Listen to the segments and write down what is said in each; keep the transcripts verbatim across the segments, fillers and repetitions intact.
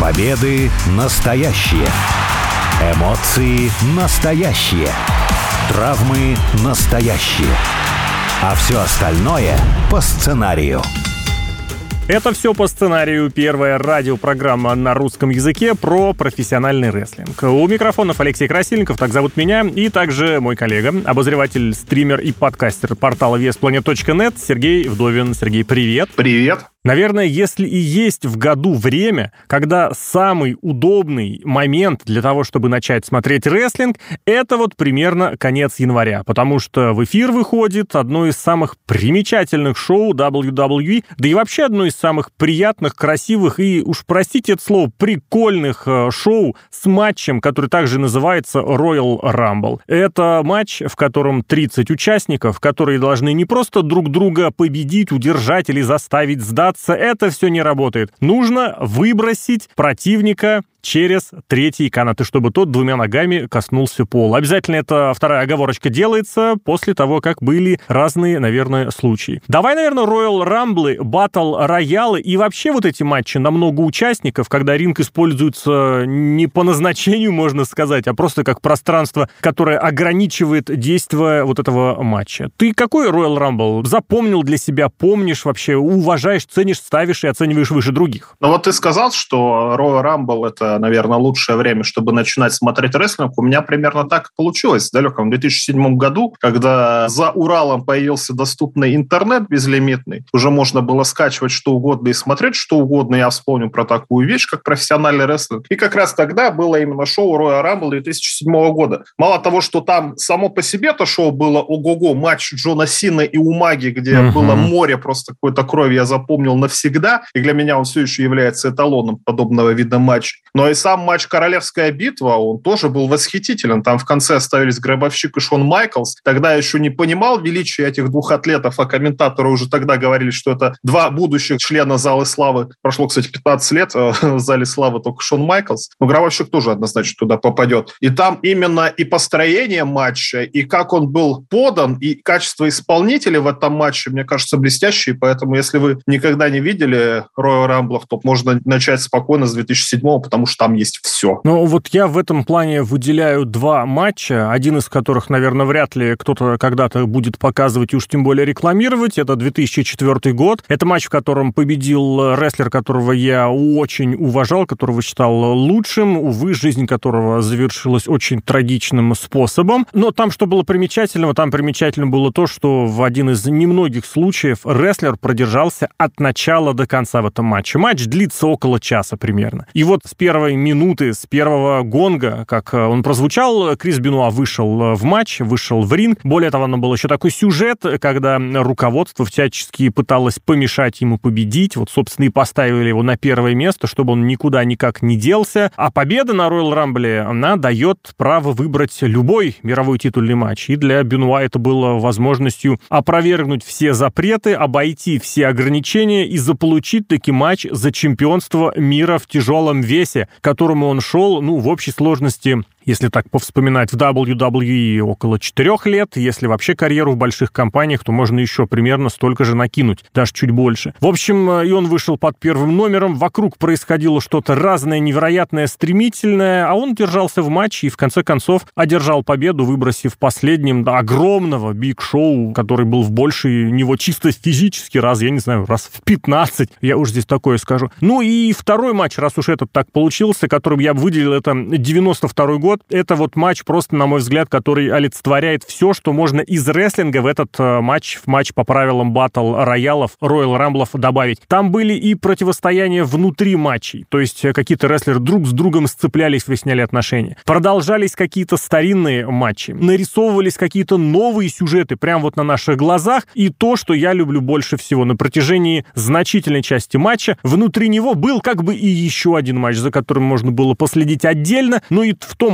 Победы настоящие. Эмоции настоящие. Травмы настоящие. А все остальное по сценарию. Это все по сценарию. Первая радиопрограмма на русском языке про профессиональный рестлинг. У микрофонов Алексей Красильников, так зовут меня, и также мой коллега, обозреватель, стример и подкастер портала вес планет точка нет Сергей Вдовин. Сергей, привет. Привет. Наверное, если и есть в году время, когда самый удобный момент для того, чтобы начать смотреть рестлинг, это вот примерно конец января, потому что в эфир выходит одно из самых примечательных шоу дабл ю дабл ю и, да и вообще одно из самых приятных, красивых и, уж простите это слово, прикольных шоу с матчем, который также называется Royal Rumble. Это матч, в котором тридцать участников, которые должны не просто друг друга победить, удержать или заставить сдаться. Это все не работает. Нужно выбросить противника через третий канат, и чтобы тот двумя ногами коснулся пола. Обязательно эта вторая оговорочка делается после того, как были разные, наверное, случаи. Давай, наверное, Royal Rumble, Battle Royale и вообще вот эти матчи на много участников, когда ринг используется не по назначению, можно сказать, а просто как пространство, которое ограничивает действие вот этого матча. Ты какой Royal Rumble запомнил для себя, помнишь вообще, уважаешь, ценишь, ставишь и оцениваешь выше других? Ну вот ты сказал, что Royal Rumble — это, наверное, лучшее время, чтобы начинать смотреть рестлинг. У меня примерно так и получилось в далеком две тысячи седьмом году, когда за Уралом появился доступный интернет безлимитный. Уже можно было скачивать что угодно и смотреть что угодно. Я вспомнил про такую вещь, как профессиональный рестлинг. И как раз тогда было именно шоу Royal Rumble две тысячи седьмого года. Мало того, что там само по себе это шоу было ого-го, матч Джона Сины и Умаги, где uh-huh. было море просто какой-то крови, я запомнил навсегда. И для меня он все еще является эталоном подобного вида матчей. Но и сам матч «Королевская битва», он тоже был восхитителен. Там в конце оставились Гробовщик и Шон Майклс. Тогда я еще не понимал величия этих двух атлетов, а комментаторы уже тогда говорили, что это два будущих члена Зала Славы. Прошло, кстати, пятнадцать лет, в Зале Славы только Шон Майклс. Но Гробовщик тоже однозначно туда попадет. И там именно и построение матча, и как он был подан, и качество исполнителей в этом матче, мне кажется, блестящие. Поэтому, если вы никогда не видели Royal Rumble, то можно начать спокойно с две тысячи седьмого, потому что там есть все. Ну, вот я в этом плане выделяю два матча, один из которых, наверное, вряд ли кто-то когда-то будет показывать и уж тем более рекламировать. Это две тысячи четвёртый год. Это матч, в котором победил рестлер, которого я очень уважал, которого считал лучшим. Увы, жизнь которого завершилась очень трагичным способом. Но там, что было примечательного, там примечательно было то, что в один из немногих случаев рестлер продержался от начала до конца в этом матче. Матч длится около часа примерно. И вот с первой минуты, с первого гонга, как он прозвучал, Крис Бенуа вышел в матч, вышел в ринг. Более того, там был еще такой сюжет, когда руководство всячески пыталось помешать ему победить. Вот, собственно, и поставили его на первое место, чтобы он никуда никак не делся. А победа на Royal Rumble, она дает право выбрать любой мировой титульный матч. И для Бенуа это было возможностью опровергнуть все запреты, обойти все ограничения и заполучить таки матч за чемпионство мира в тяжелом весе, к которому он шел, ну, в общей сложности, если так повспоминать, в дабл ю дабл ю и около четырех лет. Если вообще карьеру в больших компаниях, то можно еще примерно столько же накинуть, даже чуть больше. В общем, и он вышел под первым номером, вокруг происходило что-то разное, невероятное, стремительное, а он держался в матче и в конце концов одержал победу, выбросив последним до огромного биг-шоу, который был в большей него чисто физически раз, я не знаю, раз в пятнадцать, я уж здесь такое скажу. Ну и второй матч, раз уж этот так получился, которым я бы выделил, это девяносто второй год. Это вот матч просто, на мой взгляд, который олицетворяет все, что можно из рестлинга в этот э, матч, в матч по правилам батл-роялов, роял-рамблов добавить. Там были и противостояния внутри матчей, то есть какие-то рестлеры друг с другом сцеплялись, выясняли отношения. Продолжались какие-то старинные матчи, нарисовывались какие-то новые сюжеты прямо вот на наших глазах, и то, что я люблю больше всего, на протяжении значительной части матча внутри него был как бы и еще один матч, за которым можно было последить отдельно, но и в том матче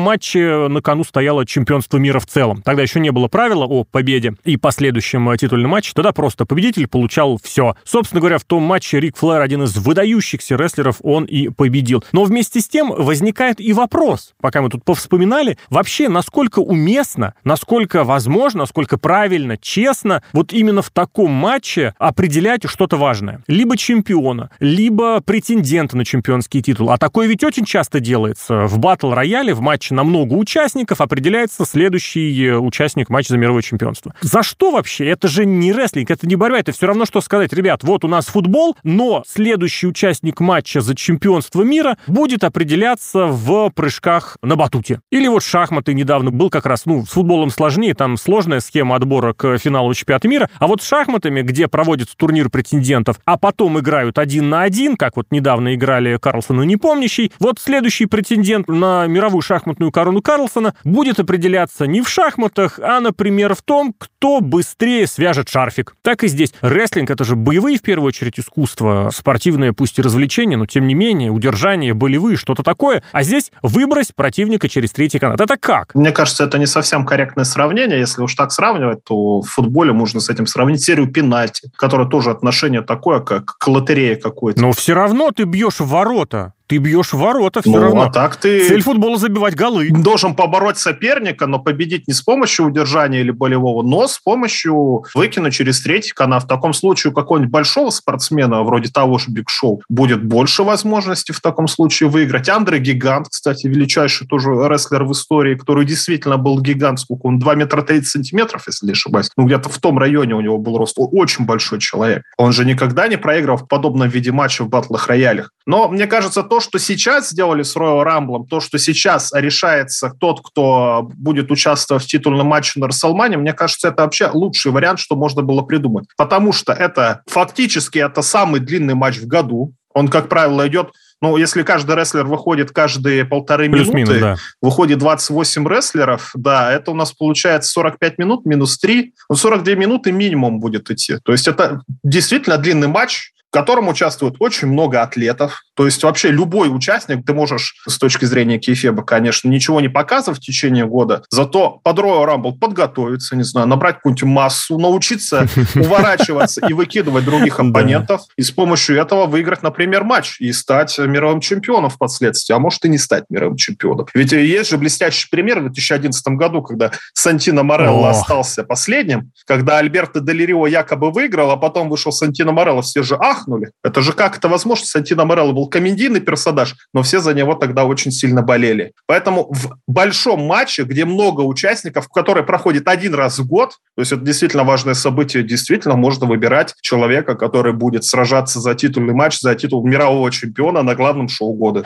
матче на кону стояло чемпионство мира в целом. Тогда еще не было правила о победе и последующем титульном матче. Тогда просто победитель получал все. Собственно говоря, в том матче Рик Флэр, один из выдающихся рестлеров, он и победил. Но вместе с тем возникает и вопрос, пока мы тут повспоминали, вообще, насколько уместно, насколько возможно, насколько правильно, честно вот именно в таком матче определять что-то важное. Либо чемпиона, либо претендента на чемпионский титул. А такое ведь очень часто делается. В батл-рояле, в матче на много участников определяется следующий участник матча за мировое чемпионство. За что вообще? Это же не рестлинг, это не борьба, это все равно, что сказать, ребят, вот у нас футбол, но следующий участник матча за чемпионство мира будет определяться в прыжках на батуте. Или вот шахматы недавно был как раз, ну, с футболом сложнее, там сложная схема отбора к финалу чемпионата мира, а вот с шахматами, где проводится турнир претендентов, а потом играют один на один, как вот недавно играли Карлсон и Непомнящий, вот следующий претендент на мировую шахматную корону Карлсона будет определяться не в шахматах, а, например, в том, кто быстрее свяжет шарфик. Так и здесь. Рестлинг — это же боевые, в первую очередь, искусства, спортивное, пусть и развлечение, но тем не менее, удержание, болевые, что-то такое. А здесь выбрось противника через третий канат. Это как? Мне кажется, это не совсем корректное сравнение. Если уж так сравнивать, то в футболе можно с этим сравнить серию пенальти, которая тоже отношение такое, как к лотерее какой-то. Но все равно ты бьешь в ворота. Ты бьешь в ворота все ну, равно. А так ты Цель футбола — забивать голы. Должен побороть соперника, но победить не с помощью удержания или болевого, но с помощью выкинуть через третий канат. В таком случае у какого-нибудь большого спортсмена, вроде того же Биг Шоу, будет больше возможностей в таком случае выиграть. Андре Гигант, кстати, величайший тоже рестлер в истории, который действительно был гигант, сколько он, два метра тридцать сантиметров, если не ошибаюсь. Ну, где-то в том районе у него был рост. Очень большой человек. Он же никогда не проигрывал в подобном виде матча в батлах-роялях. Но, мне кажется, то, что сейчас сделали с Royal Rumble, то, что сейчас решается тот, кто будет участвовать в титульном матче на WrestleMania, мне кажется, это вообще лучший вариант, что можно было придумать. Потому что это фактически это самый длинный матч в году. Он, как правило, идет... Ну, если каждый рестлер выходит каждые полторы минуты, минус, да. выходит двадцать восемь рестлеров, да, это у нас получается сорок пять минут минус три, ну, сорок две минуты минимум будет идти. То есть это действительно длинный матч, в котором участвует очень много атлетов. То есть вообще любой участник, ты можешь с точки зрения кейфеба, конечно, ничего не показывать в течение года, зато под Royal Rumble подготовиться, не знаю, набрать какую-нибудь массу, научиться уворачиваться и выкидывать других оппонентов, и с помощью этого выиграть, например, матч и стать мировым чемпионом впоследствии, а может и не стать мировым чемпионом. Ведь есть же блестящий пример в две тысячи одиннадцатом году, когда Сантино Морелло остался последним, когда Альберто Дель Рио якобы выиграл, а потом вышел Сантино Морелло, все же ах, это же как это возможно? Сантино Морелло был комедийный персонаж, но все за него тогда очень сильно болели. Поэтому в большом матче, где много участников, который проходит один раз в год, то есть это действительно важное событие, действительно можно выбирать человека, который будет сражаться за титульный матч, за титул мирового чемпиона на главном шоу года.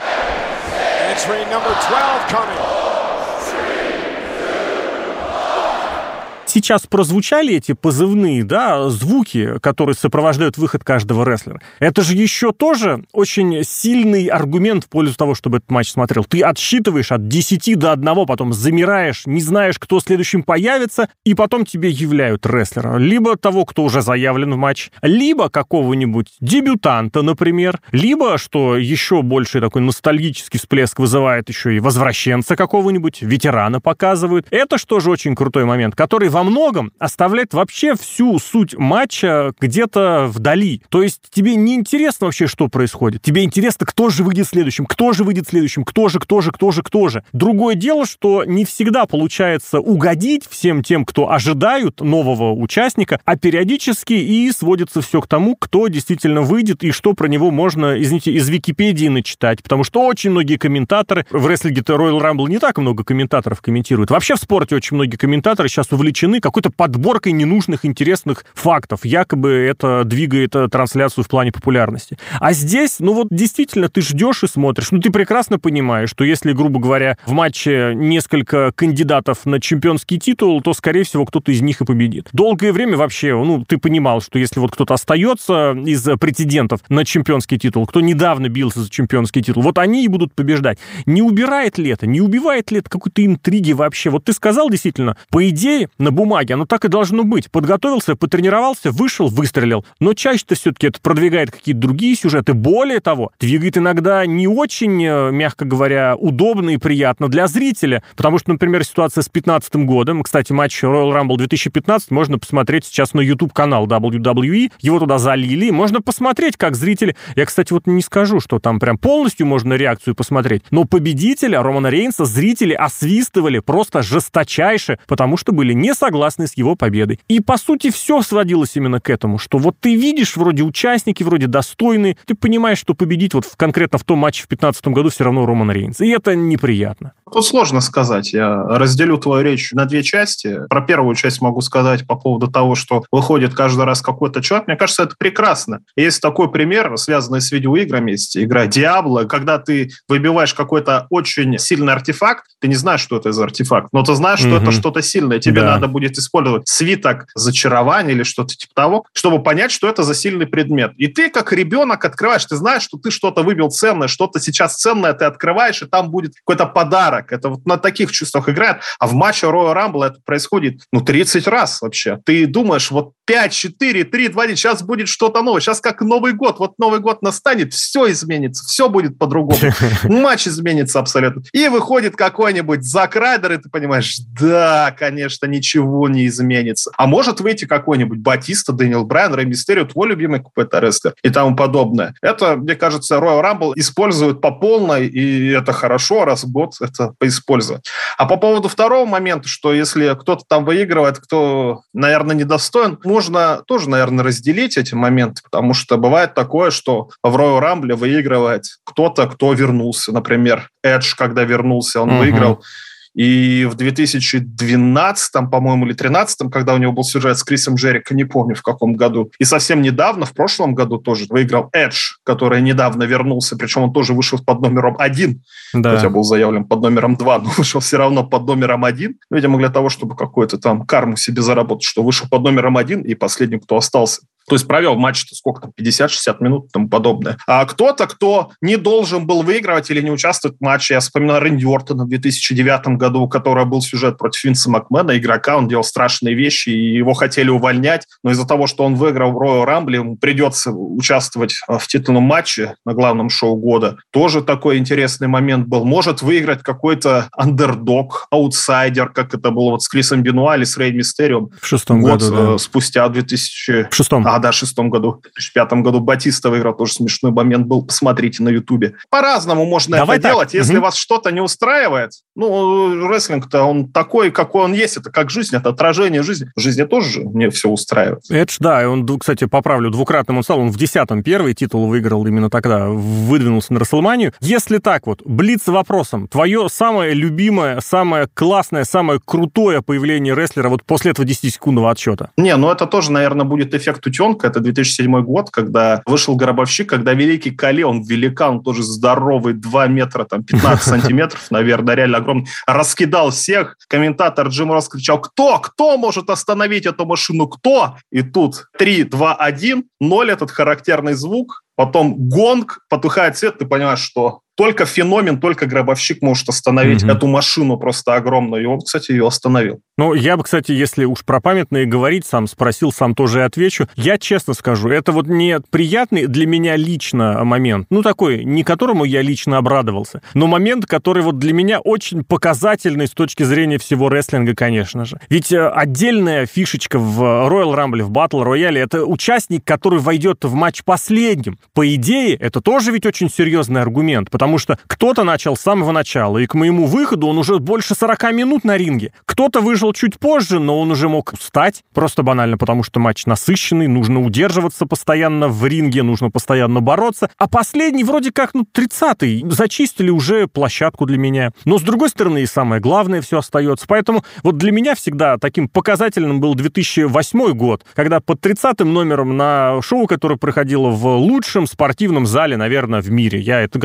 Сейчас прозвучали эти позывные, да, звуки, которые сопровождают выход каждого рестлера. Это же еще тоже очень сильный аргумент в пользу того, чтобы этот матч смотрел. Ты отсчитываешь от десяти до одного, потом замираешь, не знаешь, кто следующим появится, и потом тебе являют рестлера. Либо того, кто уже заявлен в матч, либо какого-нибудь дебютанта, например, либо, что еще больше такой ностальгический всплеск вызывает, еще и возвращенца какого-нибудь, ветерана показывают. Это что же очень крутой момент, который во многом оставляет вообще всю суть матча где-то вдали. То есть тебе не интересно вообще, что происходит. Тебе интересно, кто же выйдет следующим, кто же выйдет следующим, кто же, кто же, кто же, кто же. Другое дело, что не всегда получается угодить всем тем, кто ожидают нового участника, а периодически и сводится все к тому, кто действительно выйдет и что про него можно, извините, из Википедии начитать. Потому что очень многие комментаторы, в рестлинге-то Royal Rumble не так много комментаторов комментируют. Вообще в спорте очень многие комментаторы сейчас увлечены какой-то подборкой ненужных, интересных фактов. Якобы это двигает трансляцию в плане популярности. А здесь, ну вот действительно, ты ждешь и смотришь. Ну ты прекрасно понимаешь, что если, грубо говоря, в матче несколько кандидатов на чемпионский титул, то, скорее всего, кто-то из них и победит. Долгое время вообще, ну, ты понимал, что если вот кто-то остается из претендентов на чемпионский титул, кто недавно бился за чемпионский титул, вот они и будут побеждать. Не убирает ли это, не убивает ли это какой-то интриги вообще? Вот ты сказал действительно, по идее, на бумаге оно так и должно быть. Подготовился, потренировался, вышел, выстрелил. Но чаще-то все-таки это продвигает какие-то другие сюжеты. Более того, двигает иногда не очень, мягко говоря, удобно и приятно для зрителя. Потому что, например, ситуация с пятнадцатым годом. Кстати, матч Royal Rumble две тысячи пятнадцать можно посмотреть сейчас на YouTube-канал дабл ю дабл ю и. Его туда залили. Можно посмотреть, как зрители... Я, кстати, вот не скажу, что там прям полностью можно реакцию посмотреть. Но победителя Романа Рейнса зрители освистывали просто жесточайше, потому что были не согласны с его победой. И, по сути, все сводилось именно к этому, что вот ты видишь, вроде участники, вроде достойные, ты понимаешь, что победить вот в, конкретно в том матче в пятнадцатом году все равно Роман Рейнс. И это неприятно. Тут сложно сказать. Я разделю твою речь на две части. Про первую часть могу сказать по поводу того, что выходит каждый раз какой-то человек. Мне кажется, это прекрасно. Есть такой пример, связанный с видеоиграми. Есть игра Diablo, когда ты выбиваешь какой-то очень сильный артефакт, ты не знаешь, что это за артефакт, но ты знаешь, что mm-hmm. это что-то сильное. Тебе да. надо будет использовать свиток зачарования или что-то типа того, чтобы понять, что это за сильный предмет. И ты, как ребенок, открываешь, ты знаешь, что ты что-то выбил ценное, что-то сейчас ценное ты открываешь, и там будет какой-то подарок. Это вот на таких чувствах играет. А в матче Royal Rumble это происходит, ну, тридцать раз вообще. Ты думаешь, вот пять, четыре, три, два, один, сейчас будет что-то новое. Сейчас как Новый год. Вот Новый год настанет, все изменится, все будет по-другому. Матч изменится абсолютно. И выходит какой-нибудь Зак Райдер, и ты понимаешь, да, конечно, ничего не изменится. А может выйти какой-нибудь Батиста, Дэниел Брайан, Рэй Мистерио, твой любимый какой-то рестлер и тому подобное. Это, мне кажется, Royal Rumble используют по полной, и это хорошо, раз в год это поиспользовать. А по поводу второго момента, что если кто-то там выигрывает, кто, наверное, недостоин, можно тоже, наверное, разделить эти моменты, потому что бывает такое, что в Royal Rumble выигрывает кто-то, кто вернулся. Например, Эдж, когда вернулся, он uh-huh. выиграл. И в две тысячи двенадцатом, по-моему, или две тысячи тринадцатом, когда у него был сюжет с Крисом Джерико, не помню в каком году, и совсем недавно, в прошлом году тоже выиграл Эдж, который недавно вернулся, причем он тоже вышел под номером один, да. хотя был заявлен под номером два, но вышел все равно под номером один, видимо, для того, чтобы какую-то там карму себе заработать, что вышел под номером один и последним, кто остался. То есть провел матч, сколько там, пятьдесят-шестьдесят минут и тому подобное. А кто-то, кто не должен был выигрывать или не участвовать в матче, я вспоминаю Рэнди Ортона в две тысячи девятом году, у которого был сюжет против Винса Макмена, игрока, он делал страшные вещи, и его хотели увольнять, но из-за того, что он выиграл в Royal Rumble, ему придется участвовать в титульном матче на главном шоу года. Тоже такой интересный момент был. Может выиграть какой-то андердог, аутсайдер, как это было вот с Крисом Бенуа или с Рэй Мистерио. В шестом год, году, да. спустя две тысячи... В шестом. А, да, в шестом году. В две тысячи пятом году Батиста выиграл, тоже смешной момент был. Посмотрите на Ютубе. По-разному можно Давай это так. делать. Если угу. вас что-то не устраивает, ну, рестлинг-то он такой, какой он есть. Это как жизнь, это отражение жизни. В жизни тоже мне все устраивает. Эдж, да, он, кстати, поправлю, двукратным он стал. Он в десятом первый титул выиграл именно тогда, выдвинулся на Расселманию. Если так вот, блиц вопросом. Твое самое любимое, самое классное, самое крутое появление рестлера вот после этого десятисекундного отсчета? Не, ну это тоже, наверное, будет эффект утенка. Это две тысячи седьмой год, когда вышел Гробовщик, когда Великий Кали, он великан, он тоже здоровый, два метра, там, пятнадцать сантиметров, наверное, реально огромный, раскидал всех. Комментатор Джим Росс кричал: кто? Кто может остановить эту машину? Кто? И тут три, два, один, ноль, этот характерный звук, потом гонг, потухает свет, ты понимаешь, что только феномен, только Гробовщик может остановить mm-hmm. эту машину просто огромную. И он, кстати, ее остановил. Ну, я бы, кстати, если уж про памятные говорить, сам спросил, сам тоже и отвечу. Я честно скажу, это вот не приятный для меня лично момент. Ну, такой, не которому я лично обрадовался, но момент, который вот для меня очень показательный с точки зрения всего рестлинга, конечно же. Ведь отдельная фишечка в Royal Rumble, в Battle Royale, это участник, который войдет в матч последним. По идее, это тоже ведь очень серьезный аргумент, потому что кто-то начал с самого начала, и к моему выходу он уже больше сорок минут на ринге. Кто-то выжил чуть позже, но он уже мог устать, просто банально, потому что матч насыщенный, нужно удерживаться постоянно в ринге, нужно постоянно бороться. А последний вроде как, ну, тридцатый, зачистили уже площадку для меня. Но, с другой стороны, и самое главное все остается. Поэтому вот для меня всегда таким показательным был две тысячи восьмой год, когда под тридцатым номером на шоу, которое проходило в лучшем спортивном зале, наверное, в мире, я это готов признать,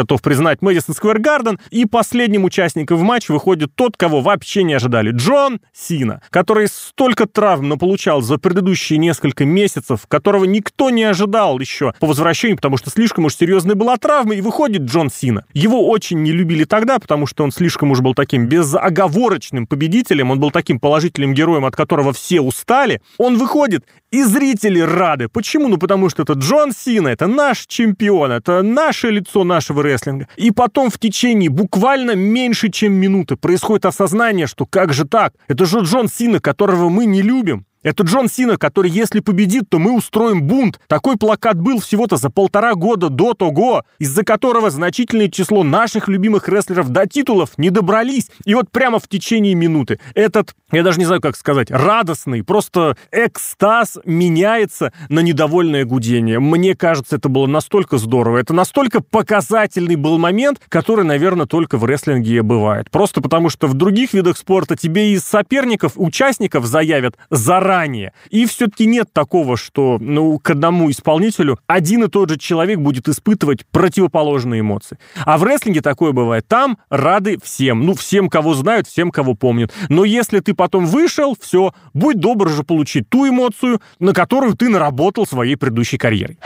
Night Madison Square Garden, и последним участником в матч выходит тот, кого вообще не ожидали. Джон Сина, который столько травм наполучал за предыдущие несколько месяцев, которого никто не ожидал еще по возвращению, потому что слишком уж серьезная была травма, и выходит Джон Сина. Его очень не любили тогда, потому что он слишком уж был таким безоговорочным победителем, он был таким положительным героем, от которого все устали. Он выходит, и зрители рады. Почему? Ну, потому что это Джон Сина, это наш чемпион, это наше лицо нашего рестлинга. И потом в течение буквально меньше, чем минуты происходит осознание, что как же так? Это же Джон Сина, которого мы не любим. Это Джон Сина, который, если победит, то мы устроим бунт. Такой плакат был всего-то за полтора года до того, из-за которого значительное число наших любимых рестлеров до титулов не добрались. И вот прямо в течение минуты этот, я даже не знаю, как сказать, радостный, просто экстаз меняется на недовольное гудение. Мне кажется, это было настолько здорово. Это настолько показательный был момент, который, наверное, только в рестлинге бывает. Просто потому, что в других видах спорта тебе из соперников, участников заявят заранее. Ранее. И все-таки нет такого, что ну, к одному исполнителю один и тот же человек будет испытывать противоположные эмоции. А в рестлинге такое бывает. Там рады всем. Ну, всем, кого знают, всем, кого помнят. Но если ты потом вышел, все, будь добр же получить ту эмоцию, на которую ты наработал своей предыдущей карьерой.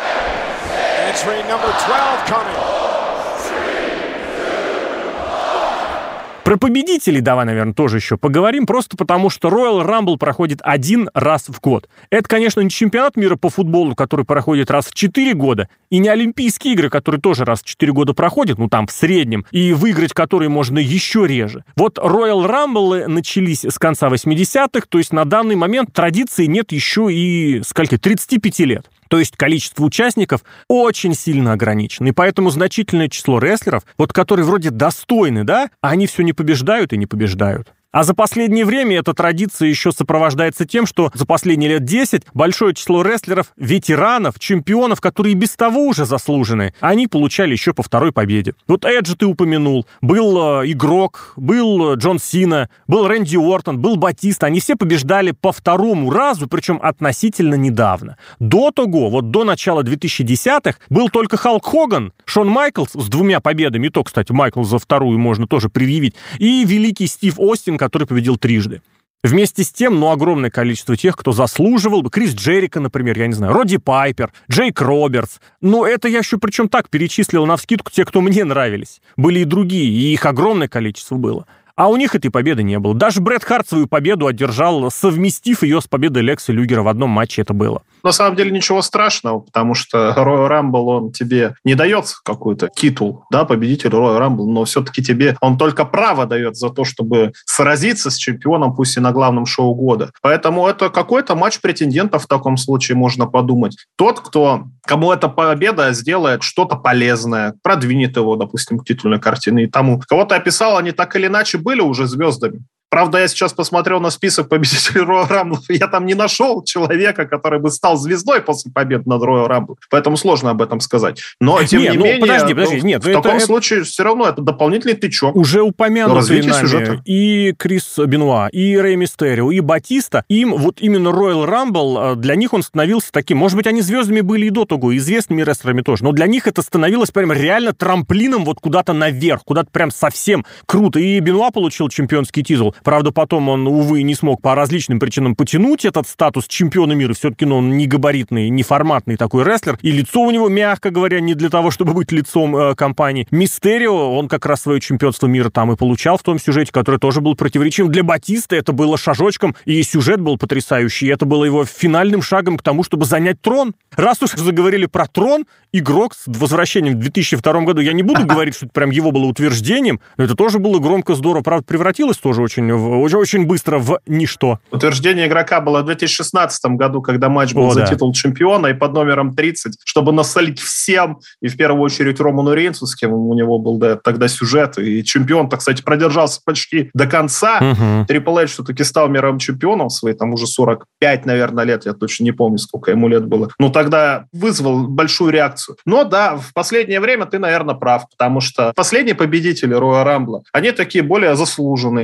Про победителей давай, наверное, тоже еще поговорим, просто потому что Royal Rumble проходит один раз в год. Это, конечно, не чемпионат мира по футболу, который проходит раз в четыре года, и не Олимпийские игры, которые тоже раз в четыре года проходят, ну там в среднем, и выиграть которые можно еще реже. Вот Royal Rumble начались с конца восьмидесятых, то есть на данный момент традиции нет еще и, скольки, тридцати пяти лет. То есть количество участников очень сильно ограничено. И поэтому значительное число рестлеров, вот которые вроде достойны, да, а они все не побеждают и не побеждают. А за последнее время эта традиция еще сопровождается тем, что за последние лет десять большое число рестлеров, ветеранов, чемпионов, которые и без того уже заслуженные, они получали еще по второй победе. Вот Эджа ты упомянул, был э, Игрок, был э, Джон Сина, был Рэнди Уортон, был Батиста. Они все побеждали по второму разу, причем относительно недавно. До того, вот до начала двухтысячных, был только Халк Хоган, Шон Майклс с двумя победами, и то, кстати, Майклс за вторую можно тоже предъявить, и великий Стив Остин, который победил трижды. Вместе с тем, ну, огромное количество тех, кто заслуживал бы. Крис Джерико, например, я не знаю, Родди Пайпер, Джейк Робертс. Ну, это я еще причем так перечислил навскидку те, кто мне нравились. Были и другие, и их огромное количество было. А у них этой победы не было. Даже Брэд Харт свою победу одержал, совместив ее с победой Лекса Люгера в одном матче это было. На самом деле ничего страшного, потому что Royal Rumble, он тебе не дает какой-то титул, да, победитель Royal Rumble, но все-таки тебе он только право дает за то, чтобы сразиться с чемпионом, пусть и на главном шоу года. Поэтому это какой-то матч претендентов в таком случае, можно подумать. Тот, кто, кому эта победа сделает что-то полезное, продвинет его, допустим, к титульной картине и тому. Кого ты описал, они так или иначе были уже звездами. Правда, я сейчас посмотрел на список победителей Royal Rumble, я там не нашел человека, который бы стал звездой после побед над Royal Rumble. Поэтому сложно об этом сказать. Но, тем не, не ну, менее, подожди, подожди, ну, нет, в это, таком это... случае все равно это дополнительный тычок. Уже упомянутые нами сюжета. И Крис Бенуа, и Рэй Мистерио, и Батиста, им вот именно Royal Rumble, для них он становился таким, может быть, они звездами были и до того, известными рестлерами тоже, но для них это становилось прям реально трамплином вот куда-то наверх, куда-то прям совсем круто. И Бенуа получил чемпионский титул. Правда, потом он, увы, не смог по различным причинам потянуть этот статус чемпиона мира. Все-таки ну, он не габаритный, не форматный такой рестлер. И лицо у него, мягко говоря, не для того, чтобы быть лицом э, компании. Мистерио, он как раз свое чемпионство мира там и получал в том сюжете, который тоже был противоречивым. Для Батиста это было шажочком, и сюжет был потрясающий. И это было его финальным шагом к тому, чтобы занять трон. Раз уж заговорили про трон, Игрок с возвращением в две тысячи втором году, я не буду говорить, что это прям его было утверждением, но это тоже было громко, здорово. Правда, превратилось тоже очень, очень, очень быстро в ничто. Утверждение Игрока было в две тысячи шестнадцатом году, когда матч был О, за да. титул чемпиона, и под номером тридцать, чтобы насолить всем, и в первую очередь Роману Рейнсу, с кем у него был да, тогда сюжет, и чемпион-то, кстати, продержался почти до конца. Угу. Трипл Эйдж все-таки стал мировым чемпионом в свои, там уже сорок пять, наверное, лет, я точно не помню, сколько ему лет было. Но тогда вызвал большую реакцию. Но да, в последнее время ты, наверное, прав, потому что последние победители Royal Rumble, они такие более заслуженные. Нету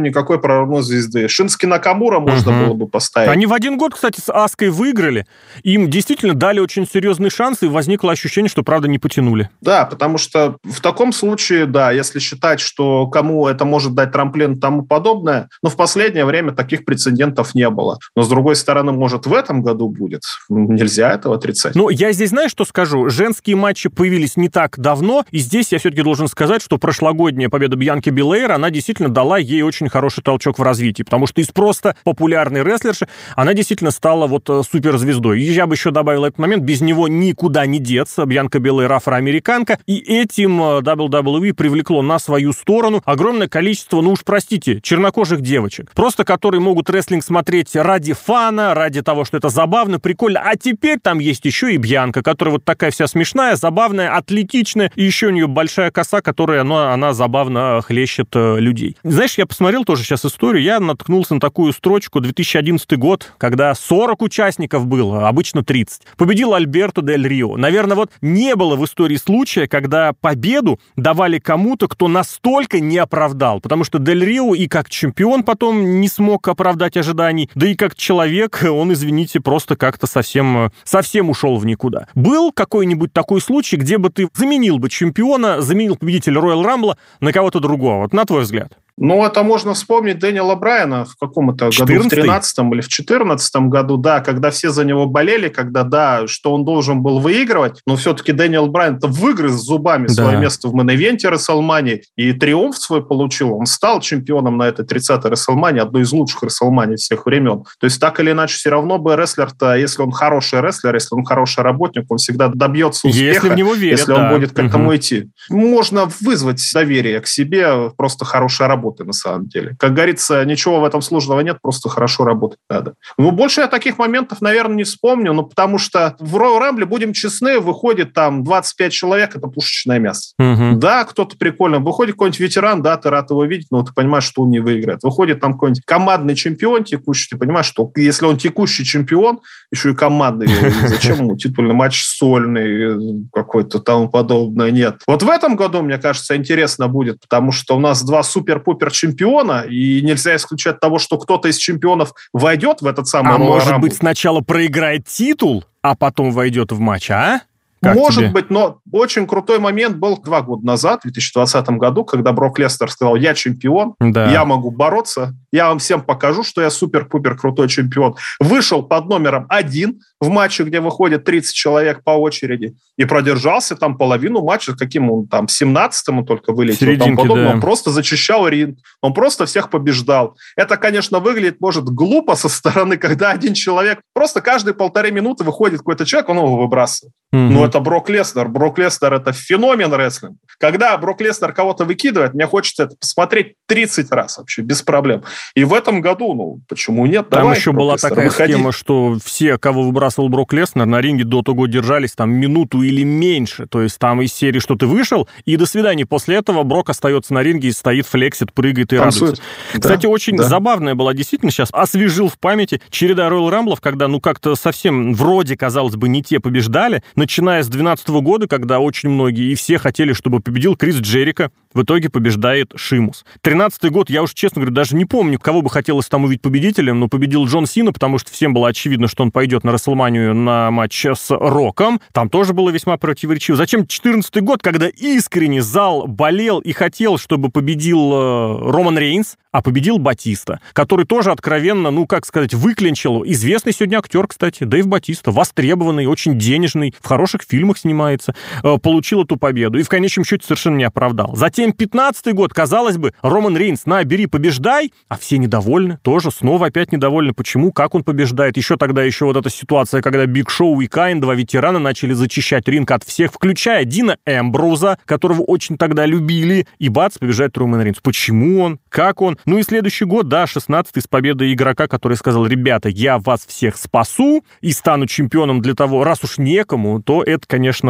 никакой прорывной звезды. Шински Накамура можно угу. было бы поставить. Они в один год, кстати, с Аской выиграли. Им действительно дали очень серьезный шанс, и возникло ощущение, что, правда, не потянули. Да, потому что в таком случае, да, если считать, что кому это может дать трамплин и тому подобное, но в последнее время таких прецедентов не было. Но, с другой стороны, может, в этом году будет. Нельзя этого отрицать. Ну, я здесь, знаешь, что скажу? Женские матчи появились не так давно, и здесь я все-таки должен сказать, что прошлогодняя победа Бьянки Белейр, она действительно дала ей очень хороший толчок в развитии, потому что из просто популярной рестлерши она действительно стала вот суперзвездой. И я бы еще добавил этот момент, без него никуда не деться. Бьянка Белейр афроамериканка, и этим дабл ю дабл ю и привлекло на свою сторону огромное количество, ну уж простите, чернокожих девочек, просто которые могут рестлинг смотреть ради фана, ради того, что это забавно, прикольно. А теперь там есть еще и Бьянка, которая вот такая вся смешная, забавная, атлетичная, и еще у нее большая коса, которая, ну, она забавно хлещет людей. Знаешь, я посмотрел тоже сейчас историю, я наткнулся на такую строчку, две тысячи одиннадцатый год, когда сорок участников было, обычно тридцать. Победил Альберто Дель Рио. Наверное, вот не было в истории случая, когда победу давали кому-то, кто настолько не оправдал, потому что Дель Рио и как чемпион потом не смог оправдать ожиданий, да и как человек, он, извините, просто как-то совсем, совсем ушел в никуда. Был какой-нибудь такой случай, где бы ты заменил бы чемпиона, заменил победителя Роял Рамбла на кого-то другого, вот на твой взгляд? Ну, это можно вспомнить Дэниела Брайана в каком-то году, в тринадцатом или в четырнадцатом году, да, когда все за него болели, когда, да, что он должен был выигрывать, но все-таки Дэниел Брайан-то выгрыз зубами да. свое место в мейн-ивенте Рестлмании и триумф свой получил. Он стал чемпионом на этой тридцатой Рестлмании, одной из лучших Рестлманий всех времен. То есть так или иначе все равно бы рестлер-то, если он хороший рестлер, если он хороший работник, он всегда добьется успеха, если, в него верят, если да. он будет к этому угу. идти. Можно вызвать доверие к себе, просто хорошая работа на самом деле. Как говорится, ничего в этом сложного нет, просто хорошо работать надо. Ну, больше я таких моментов, наверное, не вспомню, но потому что в Royal Rumble, будем честны, выходит там двадцать пять человек, это пушечное мясо. Угу. Да, кто-то прикольно. Выходит какой-нибудь ветеран, да, ты рад его видеть, но ты понимаешь, что он не выиграет. Выходит там какой-нибудь командный чемпион текущий, ты понимаешь, что если он текущий чемпион, еще и командный, зачем ему титульный матч сольный какой-то тому подобное, нет. Вот в этом году, мне кажется, интересно будет, потому что у нас два супер-пупер чемпиона, и нельзя исключать того, что кто-то из чемпионов войдет в этот самый А Royal может Rumble. быть, сначала проиграет титул, а потом войдет в матч, а? Как Может тебе? быть, но очень крутой момент был два года назад, в две тысячи двадцатом году, когда Брок Леснер сказал: я чемпион, да. я могу бороться, я вам всем покажу, что я супер-пупер крутой чемпион. Вышел под номером один в матче, где выходит тридцать человек по очереди, и продержался там половину матча, каким он там, семнадцатым он только вылетел, Серединки, там подобное. да. Он просто зачищал ринг, он просто всех побеждал. Это, конечно, выглядит, может, глупо со стороны, когда один человек, просто каждые полторы минуты выходит какой-то человек, он его выбрасывает. Mm-hmm. Но это Брок Леснер. Брок Леснер – это феномен рестлинга. Когда Брок Леснер кого-то выкидывает, мне хочется это посмотреть тридцать раз вообще, без проблем. И в этом году, ну, почему нет? Там Давай, еще Брок была Леснер, такая выходи. схема, что все, кого выбрасывал Брок Леснер, на ринге до того держались там минуту или меньше. То есть там из серии, что ты вышел, и до свидания. После этого Брок остается на ринге и стоит, флексит, прыгает и Танцует. радуется. Кстати, да, очень да. забавная была, действительно, сейчас освежил в памяти череда Royal Rumble'ов, когда, ну, как-то совсем вроде, казалось бы, не те побеждали, начиная с двенадцатого года, когда очень многие и все хотели, чтобы победил Крис Джерико. В итоге побеждает Шимус. тринадцатый год, я уж, честно говоря, даже не помню, кого бы хотелось там увидеть победителем, но победил Джон Сина, потому что всем было очевидно, что он пойдет на Рестлманию на матч с Роком. Там тоже было весьма противоречиво. Зачем четырнадцатый год, когда искренне зал болел и хотел, чтобы победил э, Роман Рейнс, а победил Батиста, который тоже откровенно, ну, как сказать, выклинчил. Известный сегодня актер, кстати, Дэйв Батиста, востребованный, очень денежный, в хороших фильмах снимается, э, получил эту победу и в конечном счете совершенно не оправдал. Затем пятнадцатый год, казалось бы, Роман Рейнс, на, бери, побеждай, а все недовольны, тоже снова опять недовольны. Почему? Как он побеждает? Еще тогда еще вот эта ситуация, когда Биг Шоу и Каин, два ветерана, начали зачищать ринг от всех, включая Дина Эмброуза, которого очень тогда любили, и бац, побеждает Роман Рейнс. Почему он? Как он? Ну и следующий год, да, шестнадцатый, с победой игрока, который сказал: ребята, я вас всех спасу и стану чемпионом для того, раз уж некому, то это, конечно, да.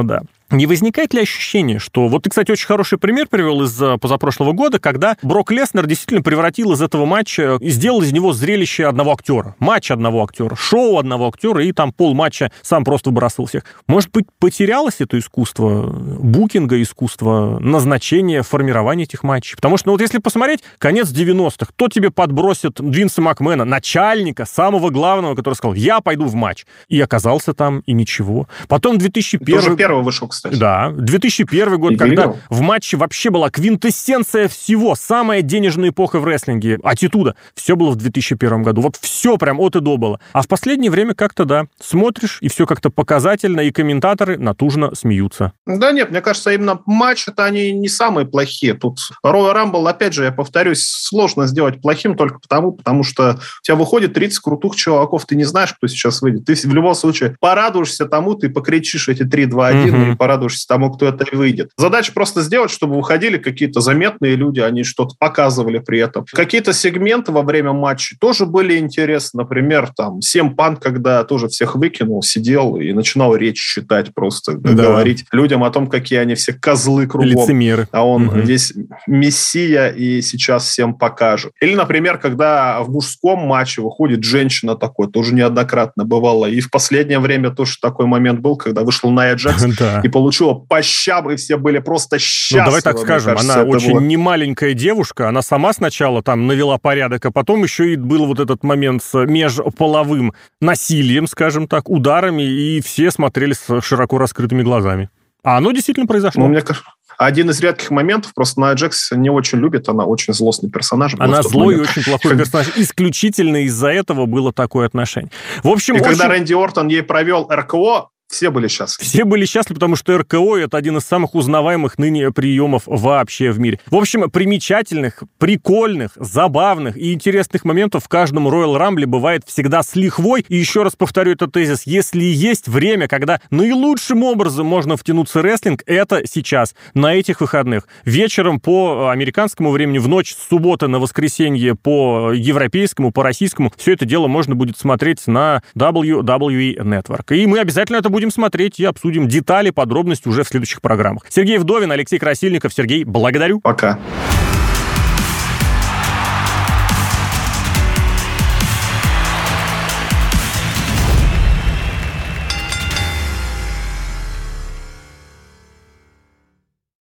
Не возникает ли ощущение, что... Вот ты, кстати, очень хороший пример привел из позапрошлого года, когда Брок Леснер действительно превратил из этого матча и сделал из него зрелище одного актера. Матч одного актера, шоу одного актера, и там полматча сам просто выбрасывал всех. Может быть, потерялось это искусство букинга, искусство назначения, формирования этих матчей? Потому что, ну вот если посмотреть, конец девяностых, кто тебе подбросит Винса Макмена, начальника, самого главного, который сказал, я пойду в матч. И оказался там, и ничего. Потом две тысячи первый... Тоже первый вышел, кстати. Да, две тысячи первый год, и когда видел. В матче вообще была квинтэссенция всего, самая денежная эпоха в рестлинге, аттитуда. Все было в две тысячи первом году. Вот все прям от и до было. А в последнее время как-то, да, смотришь, и все как-то показательно, и комментаторы натужно смеются. Да нет, мне кажется, именно матчи-то они не самые плохие. Тут Royal Rumble, опять же, я повторюсь, сложно сделать плохим только потому, потому что у тебя выходит тридцать крутых чуваков, ты не знаешь, кто сейчас выйдет. Ты в любом случае порадуешься тому, ты покричишь эти три, два, один mm-hmm. и порадуешься тому, кто это выйдет. Задача просто сделать, чтобы выходили какие-то заметные люди, они что-то показывали при этом. Какие-то сегменты во время матча тоже были интересны. Например, там, си эм Punk, когда тоже всех выкинул, сидел и начинал речь читать просто, да. говорить людям о том, какие они все козлы кругом. Лицемеры. А он угу. здесь мессия и сейчас всем покажет. Или, например, когда в мужском матче выходит женщина такой, тоже неоднократно бывало. И в последнее время тоже такой момент был, когда вышла Найя Джекс и получила по щам, и все были просто счастливы. Ну, давай так скажем, кажется, она очень было... немаленькая девушка, она сама сначала там навела порядок, а потом еще и был вот этот момент с межполовым насилием, скажем так, ударами, и все смотрели с широко раскрытыми глазами. А оно действительно произошло. Ну, мне кажется, один из редких моментов, просто Найя Джекс не очень любит, она очень злостный персонаж. Она злой и очень плохой персонаж. Исключительно из-за этого было такое отношение. В общем, и очень... когда Рэнди Ортон ей провел эр ка о, все были счастливы. Все были счастливы, потому что эр ка о – это один из самых узнаваемых ныне приемов вообще в мире. В общем, примечательных, прикольных, забавных и интересных моментов в каждом Royal Rumble бывает всегда с лихвой. И еще раз повторю этот тезис. Если есть время, когда наилучшим образом можно втянуться в рестлинг, это сейчас, на этих выходных. Вечером по американскому времени, в ночь с субботы на воскресенье по европейскому, по российскому, все это дело можно будет смотреть на дабл ю дабл ю и Network. И мы обязательно это будем Будем смотреть и обсудим детали, подробности уже в следующих программах. Сергей Вдовин, Алексей Красильников. Сергей, благодарю. Пока.